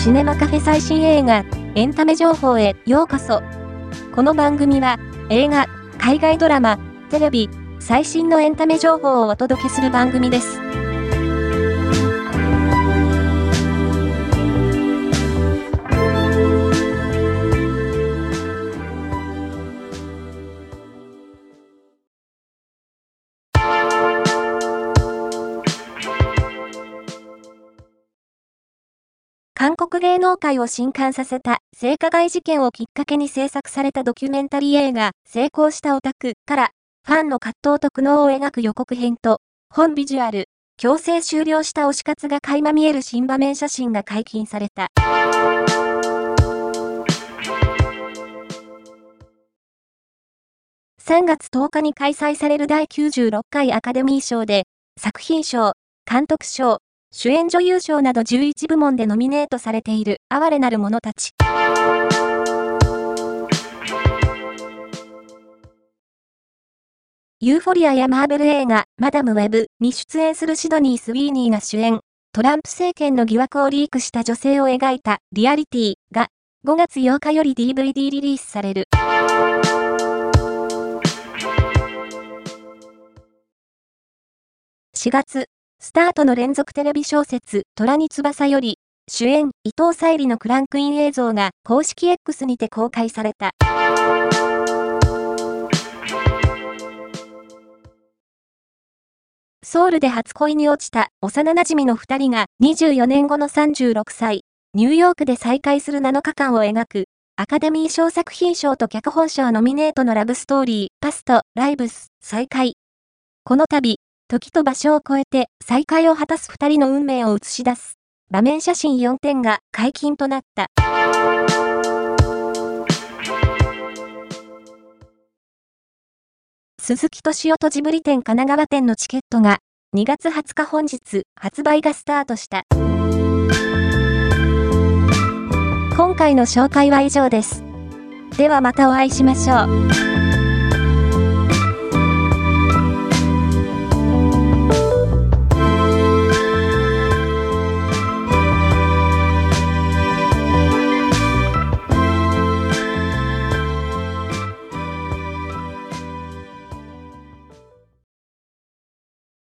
シネマカフェ最新映画、エンタメ情報へようこそ。この番組は、映画、海外ドラマ、テレビ、最新のエンタメ情報をお届けする番組です。韓国芸能界を震撼させた性加害事件をきっかけに制作されたドキュメンタリー映画、成功したオタクからファンの葛藤と苦悩を描く予告編と本ビジュアル、強制終了した推し活が垣間見える新場面写真が解禁された。3月10日に開催される第96回アカデミー賞で作品賞、監督賞、主演女優賞など11部門でノミネートされている哀れなる者たち。ユーフォリアやマーベル映画マダム・ウェブに出演するシドニー・スウィーニーが主演、トランプ政権の疑惑をリークした女性を描いたリアリティが5月8日より DVD リリースされる。4月、スタートの連続テレビ小説虎に翼より主演伊藤沙莉のクランクイン映像が公式 X にて公開された。ソウルで初恋に落ちた幼馴染の2人が24年後の36歳、ニューヨークで再会する7日間を描くアカデミー賞作品賞と脚本賞ノミネートのラブストーリーパスト・ライブス再会。この度、時と場所を超えて再会を果たす2人の運命を映し出す場面写真4点が解禁となった。鈴木敏夫とジブリ展神奈川店のチケットが2月20日本日発売がスタートした。今回の紹介は以上です。ではまたお会いしましょう。